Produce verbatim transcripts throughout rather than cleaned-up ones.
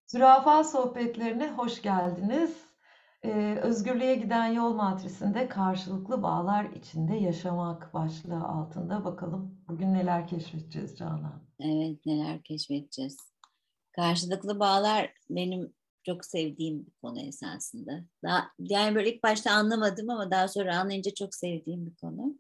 Zürafa sohbetlerine hoş geldiniz. Ee, Özgürlüğe giden yol matrisinde karşılıklı bağlar içinde yaşamak başlığı altında bakalım bugün neler keşfedeceğiz Canan. Evet, neler keşfedeceğiz. Karşılıklı bağlar benim çok sevdiğim bir konu esasında. Daha, yani böyle ilk başta anlamadım ama daha sonra anlayınca çok sevdiğim bir konu.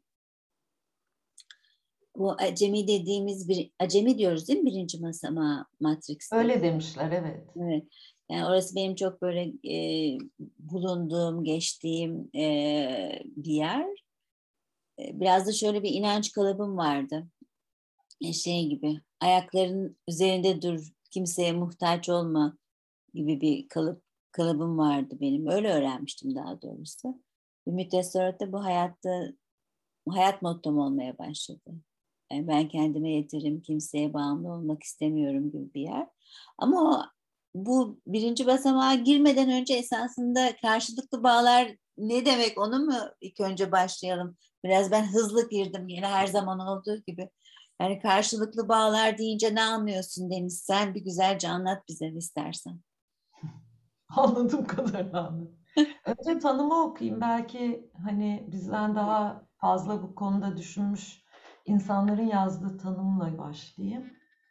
Bu acemi dediğimiz bir acemi diyoruz değil mi birinci basamağı Matrix'te? Öyle demişler, evet. Evet. Yani orası benim çok böyle e, bulunduğum, geçtiğim e, bir yer. E, biraz da şöyle bir inanç kalıbım vardı. E, şey gibi ayakların üzerinde dur, kimseye muhtaç olma gibi bir kalıp kalıbım vardı benim. Öyle öğrenmiştim daha doğrusu. Bir müddet sonra da bu hayatta hayat mottom olmaya başladı. Yani ben kendime yeterim, kimseye bağımlı olmak istemiyorum gibi bir yer. Ama o, bu birinci basamağa girmeden önce esasında karşılıklı bağlar ne demek onu mu ilk önce başlayalım? Biraz ben hızlı girdim yine her zaman olduğu gibi. Yani karşılıklı bağlar deyince ne anlıyorsun Deniz? Sen bir güzelce anlat bize istersen. Anladığım kadarını anladım. Önce tanımı okuyayım. Belki hani bizden daha fazla bu konuda düşünmüş insanların yazdığı tanımla başlayayım.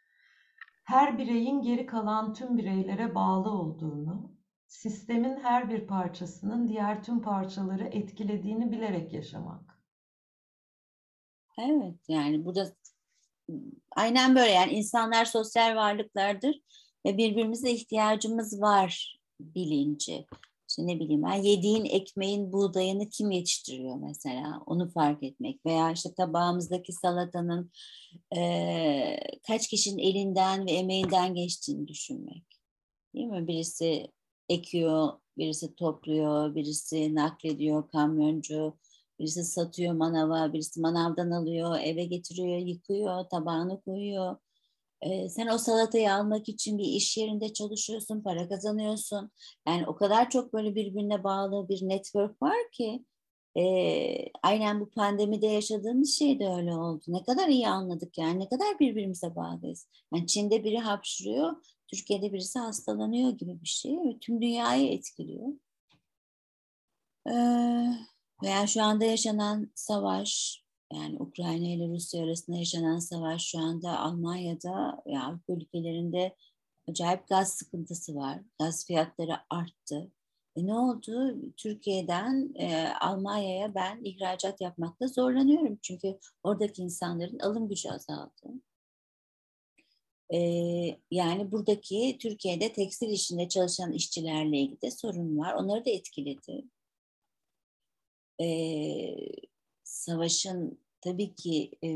Her bireyin geri kalan tüm bireylere bağlı olduğunu, sistemin her bir parçasının diğer tüm parçaları etkilediğini bilerek yaşamak. Evet, yani burada aynen böyle, yani insanlar sosyal varlıklardır ve birbirimize ihtiyacımız var bilinci. İşte ne bileyim ben, yediğin ekmeğin buğdayını kim yetiştiriyor mesela, onu fark etmek veya işte tabağımızdaki salatanın eee, kaç kişinin elinden ve emeğinden geçtiğini düşünmek. Değil mi? Birisi ekiyor, birisi topluyor, birisi naklediyor, kamyoncu, birisi satıyor manava, birisi manavdan alıyor, eve getiriyor, yıkıyor, tabağını koyuyor. Ee, sen o salatayı almak için bir iş yerinde çalışıyorsun, para kazanıyorsun. Yani o kadar çok böyle birbirine bağlı bir network var ki e, aynen bu pandemide yaşadığımız şey de öyle oldu. Ne kadar iyi anladık, yani ne kadar birbirimize bağlıyız. Yani Çin'de biri hapşırıyor, Türkiye'de birisi hastalanıyor gibi bir şey ve tüm dünyayı etkiliyor. Ee, Veya şu anda yaşanan savaş, yani Ukrayna ile Rusya arasında yaşanan savaş, şu anda Almanya'da ve Avrupa ülkelerinde acayip gaz sıkıntısı var. Gaz fiyatları arttı. E ne oldu? Türkiye'den e, Almanya'ya ben ihracat yapmakta zorlanıyorum. Çünkü oradaki insanların alım gücü azaldı. E, Yani buradaki Türkiye'de tekstil işinde çalışan işçilerle ilgili de sorun var. Onları da etkiledi. E, Savaşın tabii ki e,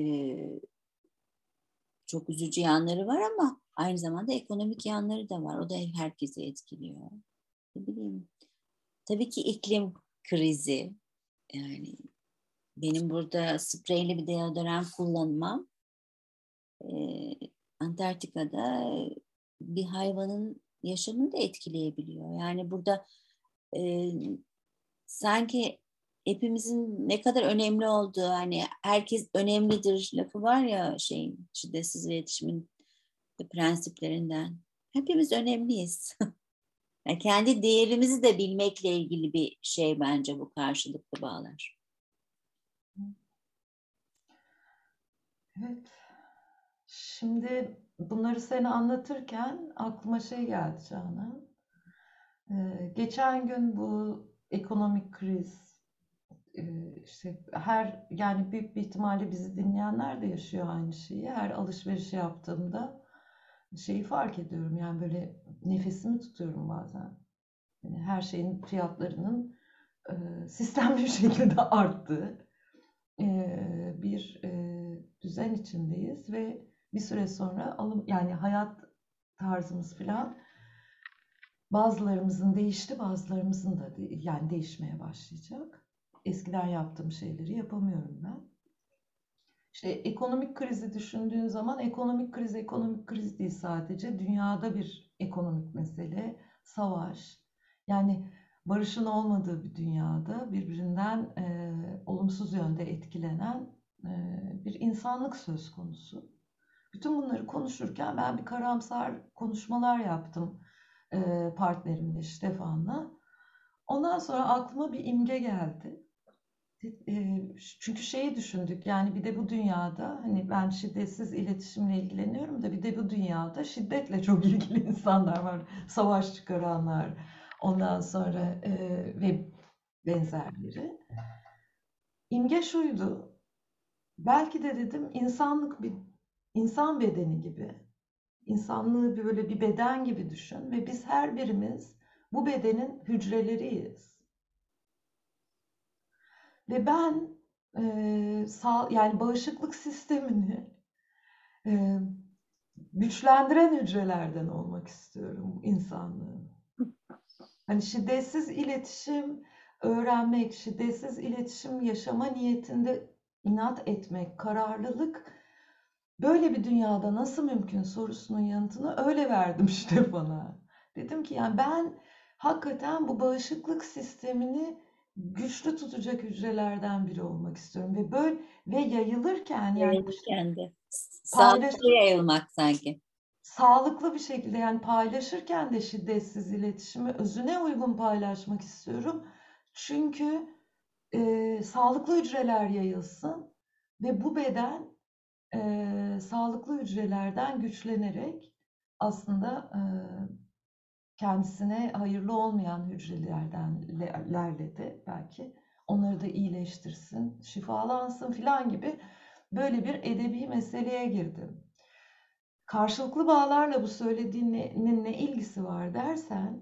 çok üzücü yanları var ama aynı zamanda ekonomik yanları da var. O da herkesi etkiliyor. Ne bileyim. Tabii ki iklim krizi. Yani benim burada spreyli bir deodorant kullanmam e, Antarktika'da bir hayvanın yaşamını da etkileyebiliyor. Yani burada e, sanki hepimizin ne kadar önemli olduğu, hani herkes önemlidir lafı var ya, şeyin, şiddetsiz iletişimin prensiplerinden. Hepimiz önemliyiz. Yani kendi değerimizi de bilmekle ilgili bir şey bence bu karşılıklı bağlar. Evet. Şimdi bunları seni anlatırken aklıma şey geldi Canan. Ee, geçen gün bu ekonomik kriz, e, işte her yani büyük bir ihtimalle bizi dinleyenler de yaşıyor aynı şeyi. Her alışveriş yaptığımda şeyi fark ediyorum, yani böyle nefesimi tutuyorum bazen. Yani her şeyin fiyatlarının e, sistemli bir şekilde arttığı e, bir e, düzen içindeyiz ve bir süre sonra alım, yani hayat tarzımız falan bazılarımızın değişti, bazılarımızın da de, yani değişmeye başlayacak. Eskiden yaptığım şeyleri yapamıyorum ben. İşte ekonomik krizi düşündüğün zaman ekonomik kriz ekonomik kriz değil sadece. Dünyada bir ekonomik mesele, savaş. Yani barışın olmadığı bir dünyada birbirinden e, olumsuz yönde etkilenen e, bir insanlık söz konusu. Bütün bunları konuşurken ben bir karamsar konuşmalar yaptım. e, partnerimle, Stefan'la. Ondan sonra aklıma bir imge geldi. E, çünkü şeyi düşündük, yani bir de bu dünyada, hani ben şiddetsiz iletişimle ilgileniyorum da bir de bu dünyada şiddetle çok ilgili insanlar var. Savaş çıkaranlar, ondan sonra e, ve benzerleri. İmge şuydu, belki de dedim insanlık bir insan bedeni gibi, insanlığı bir böyle bir beden gibi düşün ve biz her birimiz bu bedenin hücreleriyiz. Ve ben e, sağ, yani bağışıklık sistemini e, güçlendiren hücrelerden olmak istiyorum insanlığın. Hani şiddetsiz iletişim öğrenmek, şiddetsiz iletişim yaşama niyetinde inat etmek, kararlılık böyle bir dünyada nasıl mümkün sorusunun yanıtını öyle verdim işte bana. Dedim ki yani ben hakikaten bu bağışıklık sistemini güçlü tutacak hücrelerden biri olmak istiyorum ve böyle ve yayılırken yani Yayılırken de paylaş sağlıklı yayılmak sanki. sağlıklı bir şekilde, yani paylaşırken de şiddetsiz iletişimi özüne uygun paylaşmak istiyorum. Çünkü e, sağlıklı hücreler yayılsın ve bu beden e, sağlıklı hücrelerden güçlenerek aslında e, kendisine hayırlı olmayan hücrelerdenlerle de belki onları da iyileştirsin, şifalansın filan gibi böyle bir edebi meseleye girdim. Karşılıklı bağlarla bu söylediğinin ne ilgisi var dersen,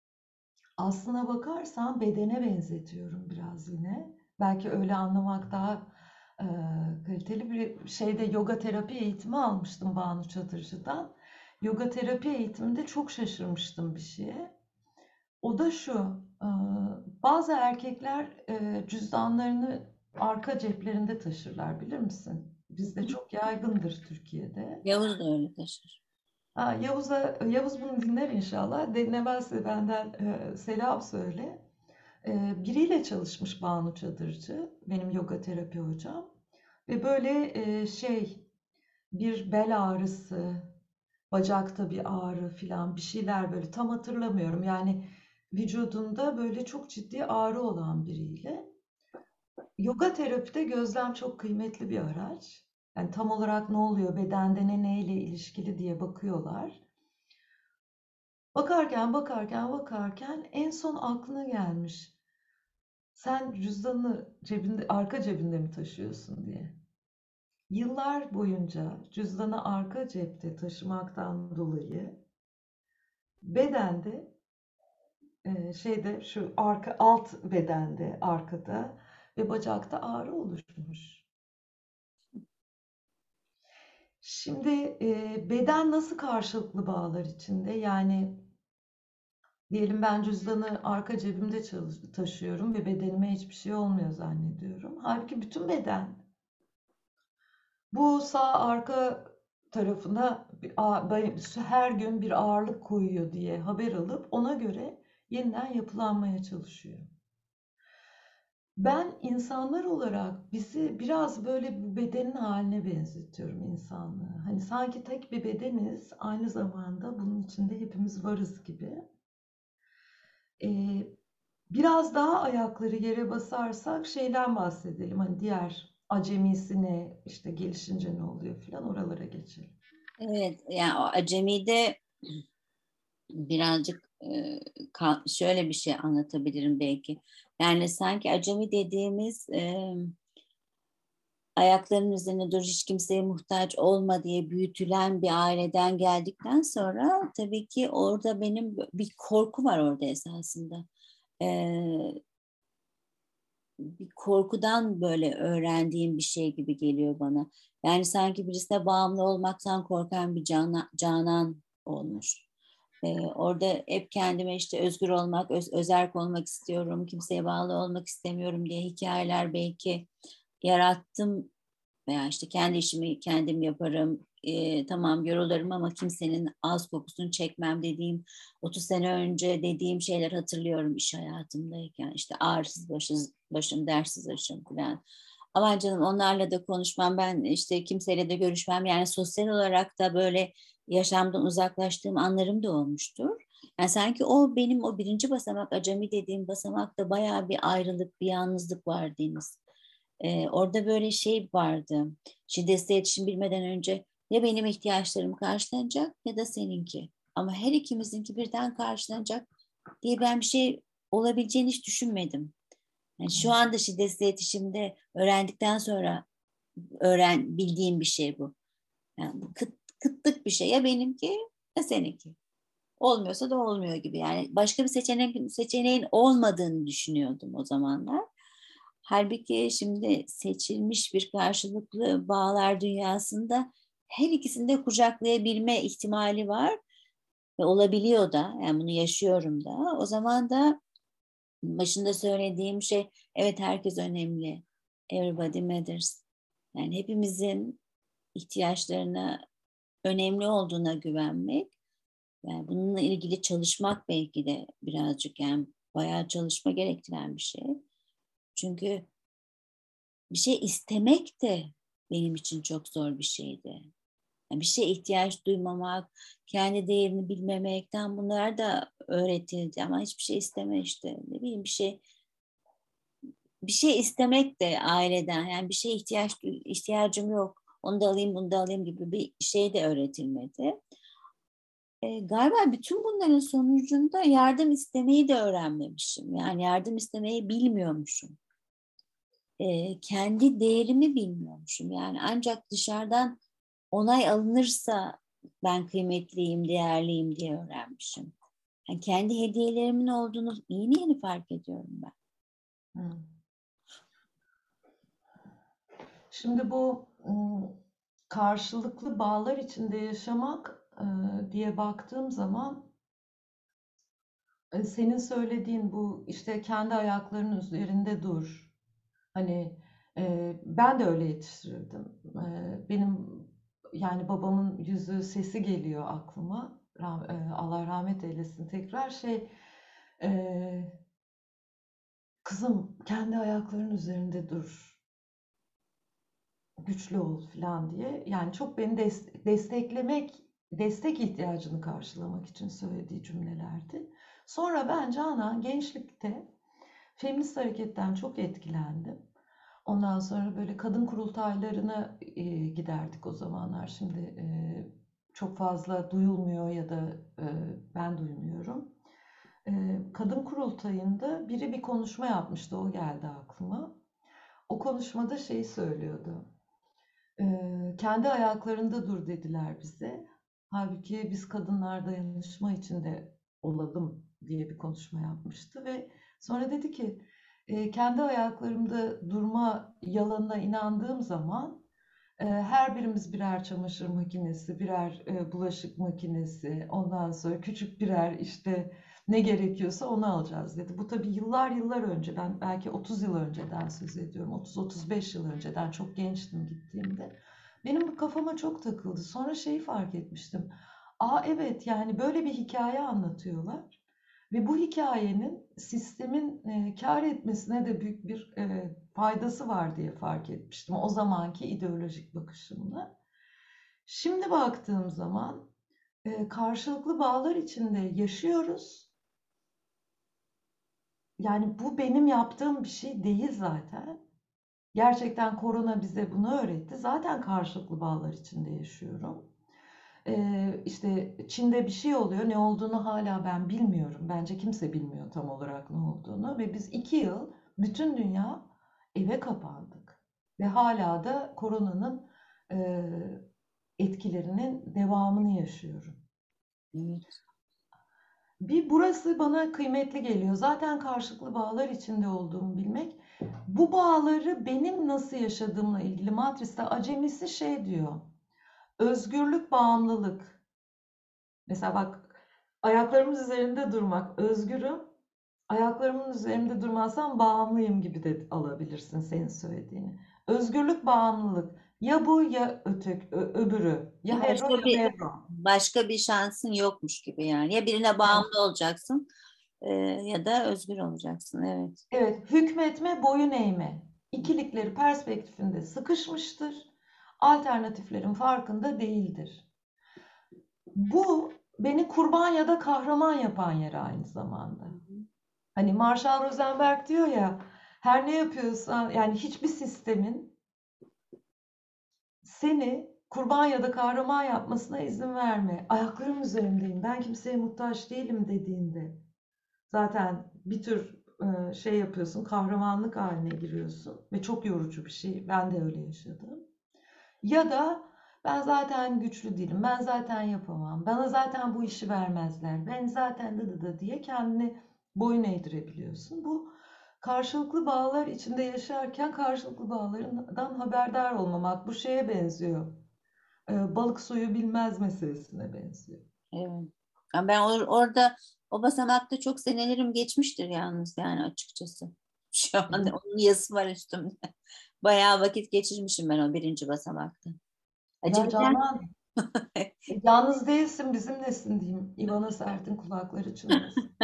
aslına bakarsan bedene benzetiyorum biraz yine. Belki öyle anlamak daha e, kaliteli. Bir şeyde yoga terapi eğitimi almıştım Banu Çatırcı'dan. Yoga terapi eğitiminde çok şaşırmıştım bir şeye. O da şu, e, bazı erkekler e, cüzdanlarını arka ceplerinde taşırlar, bilir misin? Bizde çok yaygındır Türkiye'de. Yavuz da öyle taşır. Ha, Yavuz'a, Yavuz bunu dinler inşallah. Dinlemezse benden e, selam söyle. E, biriyle çalışmış Banu Çadırcı, benim yoga terapi hocam. Ve böyle e, şey, bir bel ağrısı, bacakta bir ağrı filan bir şeyler, böyle tam hatırlamıyorum. Yani vücudunda böyle çok ciddi ağrı olan biriyle. Yoga terapide gözlem çok kıymetli bir araç. Yani tam olarak ne oluyor, bedende ne neyle ilişkili diye bakıyorlar. Bakarken bakarken bakarken en son aklına gelmiş. Sen cüzdanını cebinde, arka cebinde mi taşıyorsun diye. Yıllar boyunca cüzdanı arka cepte taşımaktan dolayı bedende, e, şeyde, şu arka alt bedende, arkada ve bacakta ağrı oluşmuş. Şimdi e, beden nasıl karşılıklı bağlar içinde? Yani diyelim ben cüzdanı arka cebimde taşıyorum ve bedenime hiçbir şey olmuyor zannediyorum. Halbuki bütün beden bu sağ arka tarafına her gün bir ağırlık koyuyor diye haber alıp ona göre yeniden yapılanmaya çalışıyor. Ben insanlar olarak bizi biraz böyle bu bedenin haline benzetiyorum, insanlığı. Hani sanki tek bir bedeniz, aynı zamanda bunun içinde hepimiz varız gibi. Ee, Biraz daha ayakları yere basarsak şeyden bahsedelim. Hani diğer acemisi ne, işte gelişince ne oluyor filan, oralara geçelim. Evet, yani o acemide birazcık e, şöyle bir şey anlatabilirim belki. Yani sanki acemi dediğimiz e, ayaklarının üzerine dur, hiç kimseye muhtaç olma diye büyütülen bir aileden geldikten sonra tabii ki orada benim bir korku var orada esasında. Ee, bir korkudan böyle öğrendiğim bir şey gibi geliyor bana. Yani sanki birisine bağımlı olmaktan korkan bir cana, canan olmuş. Ee, orada hep kendime işte özgür olmak, öz, özerk olmak istiyorum, kimseye bağlı olmak istemiyorum diye hikayeler belki yarattım. Veya işte kendi işimi kendim yaparım, e, tamam yorulurum ama kimsenin ağız kokusunu çekmem dediğim otuz sene önce dediğim şeyler hatırlıyorum iş hayatımdayken. İşte ağrısız başız, başım, dersiz başım falan. Aman canım onlarla da konuşmam, ben işte kimseyle de görüşmem. Yani sosyal olarak da böyle yaşamdan uzaklaştığım anlarım da olmuştur. Yani sanki o benim o birinci basamak, acemi dediğim basamakta bayağı bir ayrılık, bir yalnızlık var Deniz. Ee, orada böyle şey vardı. Şiddetle iletişim bilmeden önce ya benim ihtiyaçlarım karşılanacak ya da seninki. Ama her ikimizinki birden karşılanacak diye ben bir şey olabileceğini hiç düşünmedim. Yani şu anda şiddetle iletişimde öğrendikten sonra öğren bildiğim bir şey bu. Yani bu kıt, kıtlık bir şey. Ya benimki ya seninki. Olmuyorsa da olmuyor gibi. Yani başka bir seçenek seçeneğin olmadığını düşünüyordum o zamanlar. Halbuki şimdi seçilmiş bir karşılıklı bağlar dünyasında her ikisini de kucaklayabilme ihtimali var ve olabiliyor da. Yani bunu yaşıyorum da. O zaman da başında söylediğim şey, evet herkes önemli. Everybody matters. Yani hepimizin ihtiyaçlarına önemli olduğuna güvenmek. Yani bununla ilgili çalışmak belki de birazcık, yani bayağı çalışma gerektiren bir şey. Çünkü bir şey istemek de benim için çok zor bir şeydi. Yani bir şeye ihtiyaç duymamak, kendi değerini bilmemekten bunlar da öğretildi ama hiçbir şey isteme işte. Ne bileyim bir şey bir şey istemek de aileden, yani bir şeye ihtiyaç ihtiyacım yok, onu da alayım bunu da alayım gibi bir şey de öğretilmedi. E, galiba bütün bunların sonucunda yardım istemeyi de öğrenmemişim. Yani yardım istemeyi bilmiyormuşum. E, kendi değerimi bilmiyormuşum. Yani ancak dışarıdan onay alınırsa ben kıymetliyim, değerliyim diye öğrenmişim. Yani kendi hediyelerimin olduğunu yeni yeni fark ediyorum ben. Hı. Şimdi bu ım, karşılıklı bağlar içinde yaşamak e, diye baktığım zaman e, senin söylediğin bu işte kendi ayaklarının üzerinde dur. Hani e, ben de öyle yetiştirirdim. E, benim yani babamın yüzü sesi geliyor aklıma. Rah- e, Allah rahmet eylesin tekrar şey e, kızım kendi ayaklarının üzerinde dur. Güçlü ol falan diye. Yani çok beni des- desteklemek, destek ihtiyacını karşılamak için söylediği cümlelerdi. Sonra ben Canan gençlikte feminist hareketten çok etkilendim. Ondan sonra böyle kadın kurultaylarına e, giderdik o zamanlar. Şimdi e, çok fazla duyulmuyor ya da e, ben duymuyorum. E, kadın kurultayında biri bir konuşma yapmıştı, o geldi aklıma. O konuşmada şey söylüyordu. Eee, kendi ayaklarında dur dediler bize. Halbuki biz kadınlar dayanışma içinde olalım diye bir konuşma yapmıştı ve sonra dedi ki eee, kendi ayaklarımda durma yalanına inandığım zaman eee, her birimiz birer çamaşır makinesi, birer eee, bulaşık makinesi, ondan sonra küçük birer işte ne gerekiyorsa onu alacağız dedi. Bu tabii yıllar yıllar önce, ben belki otuz yıl önceden söz ediyorum. otuz otuz beş yıl önceden, çok gençtim gittiğimde. Benim bu kafama çok takıldı. Sonra şeyi fark etmiştim. Aa evet, yani böyle bir hikaye anlatıyorlar. Ve bu hikayenin sistemin e, kar etmesine de büyük bir e, faydası var diye fark etmiştim. O zamanki ideolojik bakışımla. Şimdi baktığım zaman e, karşılıklı bağlar içinde yaşıyoruz. Yani bu benim yaptığım bir şey değil zaten. Gerçekten korona bize bunu öğretti. Zaten karşılıklı bağlar içinde yaşıyorum. Ee, işte Çin'de bir şey oluyor. Ne olduğunu hala ben bilmiyorum. Bence kimse bilmiyor tam olarak ne olduğunu. Ve biz iki yıl bütün dünya eve kapandık. Ve hala da koronanın e, etkilerinin devamını yaşıyorum. Evet. Bir burası bana kıymetli geliyor. Zaten karşılıklı bağlar içinde olduğumu bilmek. Bu bağları benim nasıl yaşadığımla ilgili Matris'te acemisi şey diyor. Özgürlük, bağımlılık. Mesela bak, ayaklarımın üzerinde durmak, özgürüm. Ayaklarımın üzerinde durmazsam bağımlıyım gibi de alabilirsin senin söylediğini. Özgürlük, bağımlılık. Ya bu ya öteki, ö- öbürü. Ya hero Başka ya bir mevro. başka bir şansın yokmuş gibi yani. Ya birine Evet. bağımlı olacaksın e, ya da özgür olacaksın. Evet. Evet, hükmetme, boyun eğme. İkilikleri perspektifinde sıkışmıştır. Alternatiflerin farkında değildir. Bu beni kurban ya da kahraman yapan yer aynı zamanda. Hı hı. Hani Marshall Rosenberg diyor ya, her ne yapıyorsan yani hiçbir sistemin seni kurban ya da kahraman yapmasına izin verme. Ayaklarım üzerindeyim, ben kimseye muhtaç değilim dediğinde zaten bir tür e, şey yapıyorsun, kahramanlık haline giriyorsun ve çok yorucu bir şey. Ben de öyle yaşadım. Ya da ben zaten güçlü değilim, ben zaten yapamam, bana zaten bu işi vermezler, ben zaten da da da diye kendini boyun eğdirebiliyorsun. Bu karşılıklı bağlar içinde yaşarken karşılıklı bağlardan haberdar olmamak, bu şeye benziyor. Ee, balık suyu bilmez meselesine benziyor. Evet. Ya ben or- orada o basamakta çok senelerim geçmiştir yalnız yani açıkçası. Şu E anda bu onun yazısı var üstümde. Bayağı vakit geçirmişim ben o birinci basamakta. ya Aceleden Canan, e, yalnız değilsin, bizimlesin diyeyim. Ivana Sert'in kulakları çınlasın.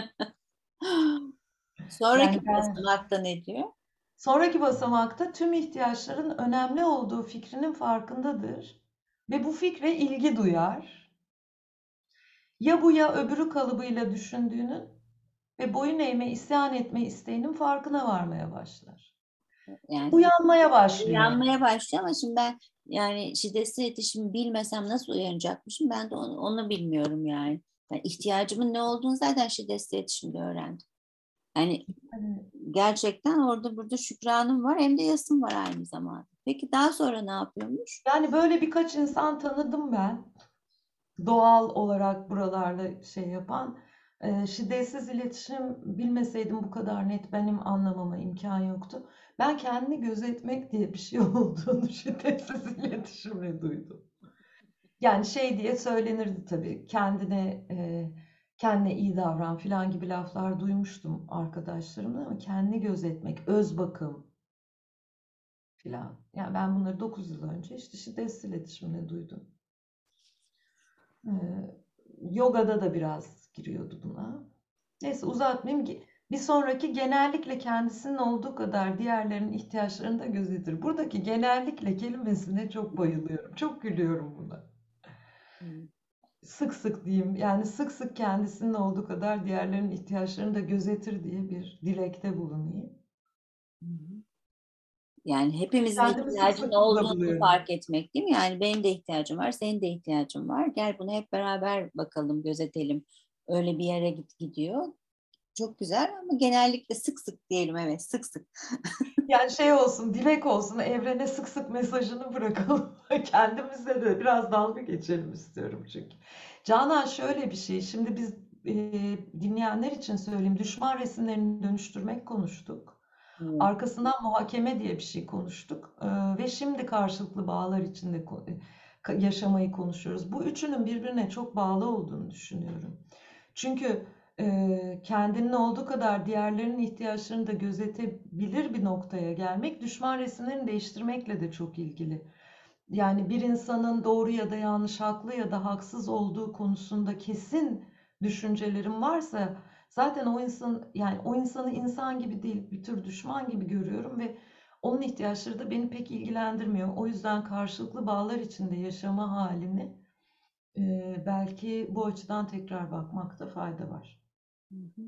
sonraki Yani ben basamakta ne diyor? sonraki basamakta tüm ihtiyaçların önemli olduğu fikrinin farkındadır ve bu fikre ilgi duyar. Ya bu ya öbürü kalıbıyla düşündüğünün ve boyun eğme, isyan etme isteğinin farkına varmaya başlar. Yani Uyanmaya başlıyor. uyanmaya başlıyor ama şimdi ben yani şiddetsiz iletişimi bilmesem nasıl uyanacakmışım? Ben de onu, onu bilmiyorum yani. Ben ihtiyacımın ne olduğunu zaten şiddetsiz iletişimde öğrendim. Yani Hani gerçekten orada burada şükranım var hem de yasım var aynı zamanda. Peki daha sonra ne yapıyormuş? yani böyle birkaç insan tanıdım ben. Doğal olarak buralarla şey yapan. Eee, şiddetsiz iletişim bilmeseydim bu kadar net benim anlamama imkan yoktu. Ben kendini gözetmek diye bir şey olduğunu şiddetsiz iletişimle duydum. Yani şey diye söylenirdi tabii. Kendine eee, kendine iyi davran filan gibi laflar duymuştum arkadaşlarımdan ama kendini gözetmek, öz bakım filan. Yani ben bunları dokuz yıl önce işte şiddetsiz iletişimle duydum. Eee, Yogada da biraz giriyordu buna. Neyse uzatmayayım ki bir sonraki genellikle kendisinin olduğu kadar diğerlerinin ihtiyaçlarını da gözetir. Buradaki genellikle kelimesine çok bayılıyorum. Çok gülüyorum buna. Hmm. Sık sık diyeyim yani sık sık kendisinin olduğu kadar diğerlerinin ihtiyaçlarını da gözetir diye bir dilekte bulunayım. Hı hı. Yani hepimizin Kendimi sık ihtiyacının sık burada olduğunu buluyorum. fark etmek değil mi? Yani benim de ihtiyacım var, senin de ihtiyacın var. Gel bunu hep beraber bakalım, gözetelim. Öyle bir yere git gidiyor. Çok güzel ama genellikle sık sık diyelim, evet sık sık. Yani şey olsun, dilek olsun, evrene sık sık mesajını bırakalım. Kendimize de biraz dalga geçelim istiyorum çünkü. Canan şöyle bir şey, şimdi biz e, dinleyenler için söyleyeyim, düşman resimlerini dönüştürmek konuştuk. Evet. Arkasından muhakeme diye bir şey konuştuk. Ee, ve şimdi karşılıklı bağlar içinde ko- e, yaşamayı konuşuyoruz. Bu üçünün birbirine çok bağlı olduğunu düşünüyorum. Çünkü e, kendinin olduğu kadar diğerlerinin ihtiyaçlarını da gözetebilir bir noktaya gelmek, düşman resimlerini değiştirmekle de çok ilgili. Yani bir insanın doğru ya da yanlış, haklı ya da haksız olduğu konusunda kesin düşüncelerim varsa zaten o insan yani o insanı insan gibi değil bir tür düşman gibi görüyorum ve onun ihtiyaçları da beni pek ilgilendirmiyor. O yüzden karşılıklı bağlar içinde yaşama halini e, belki bu açıdan tekrar bakmakta fayda var. Hı hı.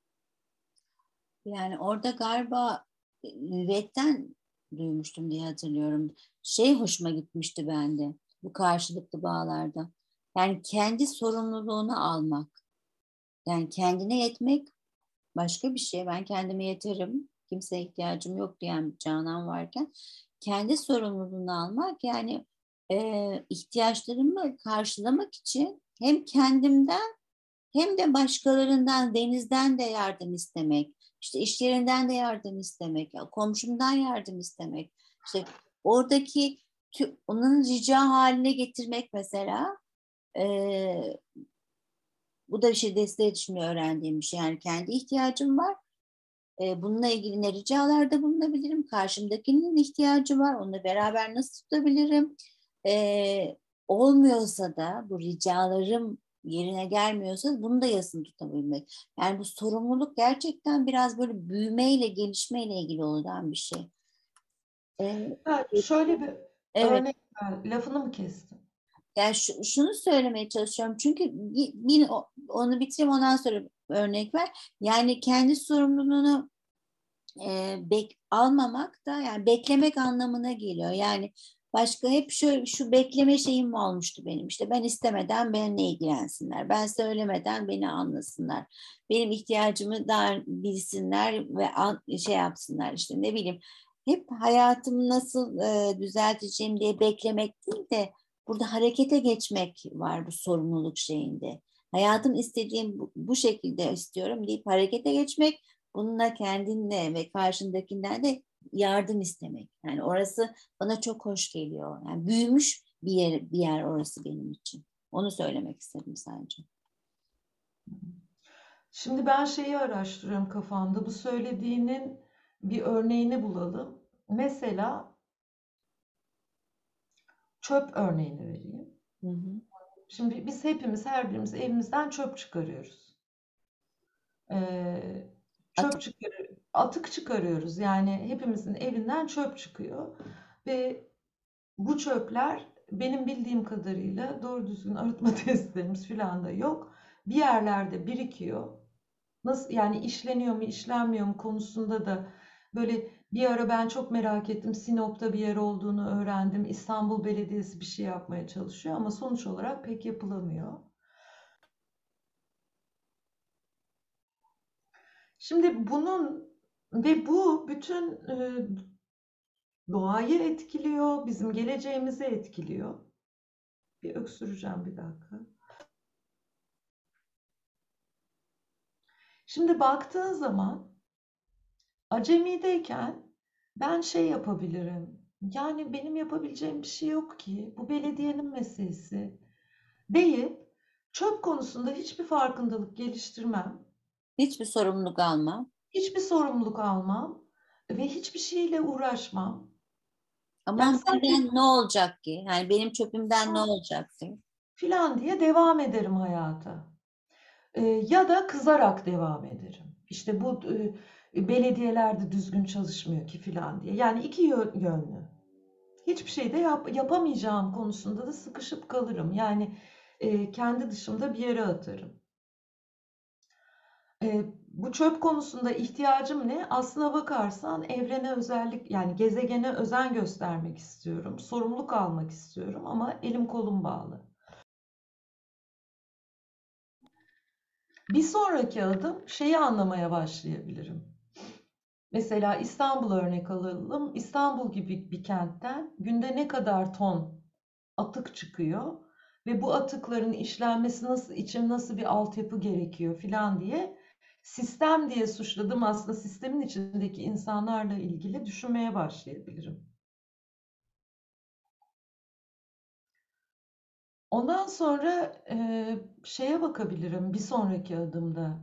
Yani orada galiba e, Üvet'ten duymuştum diye hatırlıyorum. Şey hoşuma gitmişti bende bu karşılıklı bağlarda. Yani kendi sorumluluğunu almak. Yani kendine yetmek başka bir şey. Ben kendime yeterim. Kimseye ihtiyacım yok diyen bir Canan varken kendi sorumluluğunu almak yani e, ihtiyaçlarımı karşılamak için hem kendimden hem de başkalarından, denizden de yardım istemek, işte iş yerinden de yardım istemek, komşumdan yardım istemek. İşte oradaki onun rica haline getirmek mesela e, bu da bir şey desteğe düşmeyi öğrendiğim bir şey. Yani kendi ihtiyacım var. E, bununla ilgili ne ricalarda bulunabilirim? Karşımdakinin ihtiyacı var. Onunla beraber nasıl tutabilirim? E, olmuyorsa da bu ricalarım yerine gelmiyorsa bunu da yasın tutabilmek. Yani bu sorumluluk gerçekten biraz böyle büyümeyle, gelişmeyle ilgili olan bir şey. E, Ha, şöyle bir evet. örnek ver. Lafını mı kestim? Yani şu- şunu söylemeye çalışıyorum. Çünkü bir, bir- onu bitireyim, ondan sonra örnek ver. Yani kendi sorumluluğunu e, bek almamak da yani beklemek anlamına geliyor. Yani başka hep şöyle şu bekleme şeyim olmuştu benim. İşte ben istemeden benimle ilgilensinler. Ben söylemeden beni anlasınlar. Benim ihtiyacımı da bilsinler ve an- şey yapsınlar, işte ne bileyim. Hep hayatımı nasıl e, düzelteceğim diye beklemek değil de burada harekete geçmek var bu sorumluluk şeyinde. Hayatım istediğim bu, bu şekilde istiyorum deyip harekete geçmek, bununla kendinle ve karşındakinden de yardım istemek. Yani orası bana çok hoş geliyor. Yani büyümüş bir yer, bir yer orası benim için. Onu söylemek istedim sadece. Şimdi ben şeyi araştırıyorum kafamda. Bu söylediğinin bir örneğini bulalım. Mesela çöp örneğini vereyim. Hı hı. Şimdi biz hepimiz her birimiz evimizden çöp çıkarıyoruz. Ee, çöp Atık. çıkar, atık çıkarıyoruz. Yani hepimizin evinden çöp çıkıyor ve bu çöpler benim bildiğim kadarıyla doğru düzgün arıtma testlerimiz falan da yok. Bir yerlerde birikiyor. Nasıl yani işleniyor mu, işlenmiyor mu konusunda da böyle bir ara ben çok merak ettim. Sinop'ta bir yer olduğunu öğrendim. İstanbul Belediyesi bir şey yapmaya çalışıyor ama sonuç olarak pek yapılamıyor. Şimdi bunun ve bu bütün e, doğayı etkiliyor, bizim geleceğimizi etkiliyor. Bir öksüreceğim bir dakika. Şimdi baktığın zaman acemideyken ben şey yapabilirim. Yani benim yapabileceğim bir şey yok ki. Bu belediyenin meselesi deyip çöp konusunda hiçbir farkındalık geliştirmem, Hiçbir sorumluluk alma. hiçbir sorumluluk almam ve hiçbir şeyle uğraşmam. Yani Aman sadece benden ne olacak ki? Yani benim çöpümden ne olacak ki? filan diye devam ederim hayata. Ee, ya da kızarak devam ederim. İşte bu e, belediyelerde düzgün çalışmıyor ki filan diye. Yani iki yönlü. Hiçbir şey de yap, yapamayacağım konusunda da sıkışıp kalırım. Yani e, kendi dışımda bir yere atarım. E, bu çöp konusunda ihtiyacım ne? Aslına bakarsan evrene özellik yani gezegene özen göstermek istiyorum. Sorumluluk almak istiyorum ama elim kolum bağlı. Bir sonraki adım şeyi anlamaya başlayabilirim. Mesela İstanbul örnek alalım. İstanbul gibi bir kentten günde ne kadar ton atık çıkıyor ve bu atıkların işlenmesi nasıl için nasıl bir altyapı gerekiyor filan diye sistem diye suçladım, aslında sistemin içindeki insanlarla ilgili düşünmeye başlayabilirim. Ondan sonra e, şeye bakabilirim bir sonraki adımda.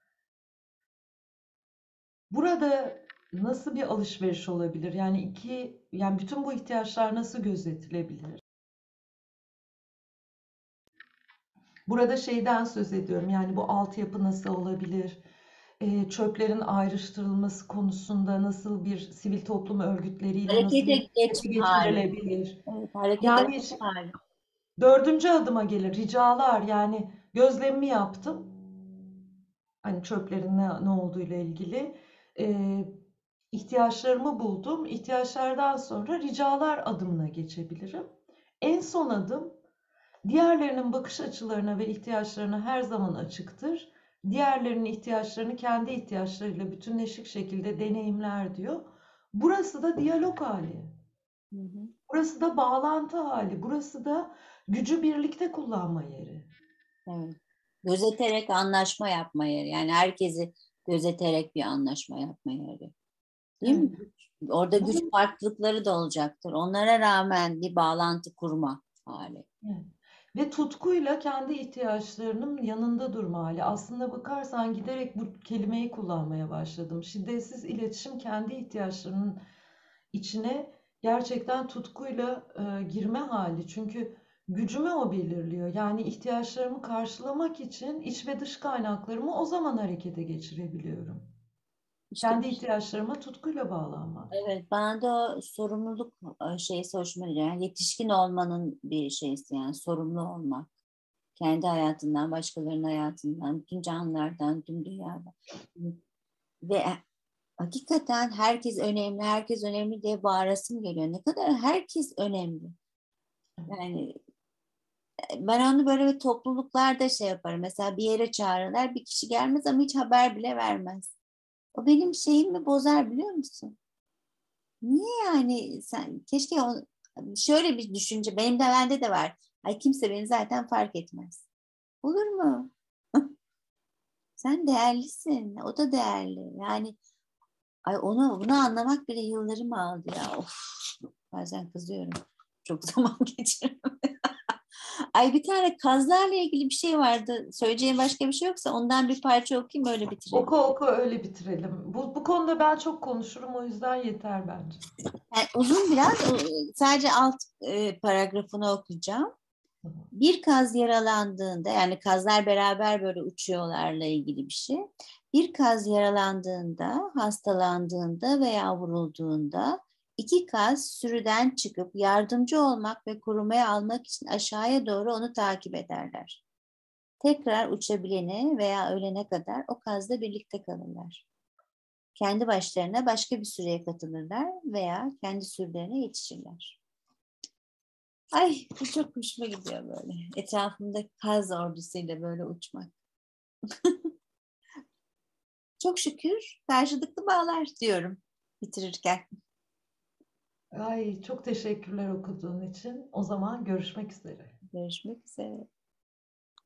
Burada nasıl bir alışveriş olabilir? Yani iki, yani bütün bu ihtiyaçlar nasıl gözetilebilir? Burada şeyden söz ediyorum. Yani bu altyapı nasıl olabilir? E, çöplerin ayrıştırılması konusunda nasıl bir sivil toplum örgütleriyle nasıl Harekete bir altyapı geçme hali. getirilebilir? Evet, harekete Yani geçme hali. dördüncü adıma gelir ricalar. Yani gözlemimi yaptım. Hani çöplerin ne, ne olduğuyla ilgili. E, ihtiyaçlarımı buldum. İhtiyaçlardan sonra ricalar adımına geçebilirim. En son adım diğerlerinin bakış açılarına ve ihtiyaçlarına her zaman açıktır. Diğerlerinin ihtiyaçlarını kendi ihtiyaçlarıyla bütünleşik şekilde deneyimler diyor. Burası da diyalog hali. Hı hı. Burası da bağlantı hali. Burası da gücü birlikte kullanma yeri. Evet. Gözeterek anlaşma yapma yeri. Yani herkesi gözeterek bir anlaşma yapma yeri. Değil mi? Evet. Orada güç Bunun farklılıkları da olacaktır. Onlara rağmen bir bağlantı kurma hali. evet. Ve tutkuyla kendi ihtiyaçlarının yanında durma hali. Aslında bakarsan giderek bu kelimeyi kullanmaya başladım. Şiddetsiz iletişim kendi ihtiyaçlarının içine gerçekten tutkuyla e, girme hali. Çünkü gücümü o belirliyor. Yani ihtiyaçlarımı karşılamak için iç ve dış kaynaklarımı o zaman harekete geçirebiliyorum. İşte Kendi ihtiyaçlarıma tutkuyla bağlanmak. evet, bana da o sorumluluk e, şeysi hoşuma gidiyor. Yani yetişkin olmanın bir şeysi, yani sorumlu olmak. Kendi hayatından, başkalarının hayatından, bütün canlılardan, tüm dünyadan. Ve hakikaten herkes önemli, herkes önemli diye bağırasım geliyor. Ne kadar herkes önemli. Yani ben onu böyle bir topluluklarda şey yaparım. Mesela bir yere çağırırlar, bir kişi gelmez ama hiç haber bile vermez. O benim şeyimi bozar, biliyor musun? Niye yani sen keşke o, şöyle bir düşünce benim de bende de var. Ay kimse beni zaten fark etmez. Olur mu? Sen değerlisin. O da değerli. Yani ay onu bunu anlamak bile yıllarımı aldı ya. Of, bazen kızıyorum. Çok zaman geçiriyorum. Ay bir tane kazlarla ilgili bir şey vardı. Söyleyeceğim başka bir şey yoksa ondan bir parça okuyayım, öyle bitirelim. Oku oku öyle bitirelim. Bu, bu konuda ben çok konuşurum, o yüzden yeter bence. Yani uzun biraz, sadece alt e, paragrafını okuyacağım. Bir kaz yaralandığında, yani kazlar beraber böyle uçuyorlarla ilgili bir şey. Bir kaz yaralandığında, hastalandığında veya vurulduğunda iki kaz sürüden çıkıp yardımcı olmak ve korumaya almak için aşağıya doğru onu takip ederler. Tekrar uçabilene veya ölene kadar o kazla birlikte kalırlar. Kendi başlarına başka bir sürüye katılırlar veya kendi sürülerine yetişirler. Ay bu çok hoşuma gidiyor böyle. Etrafımda kaz ordusuyla böyle uçmak. Çok şükür karşılıklı bağlar diyorum bitirirken. Ay çok teşekkürler okuduğun için. O zaman görüşmek üzere. Görüşmek üzere.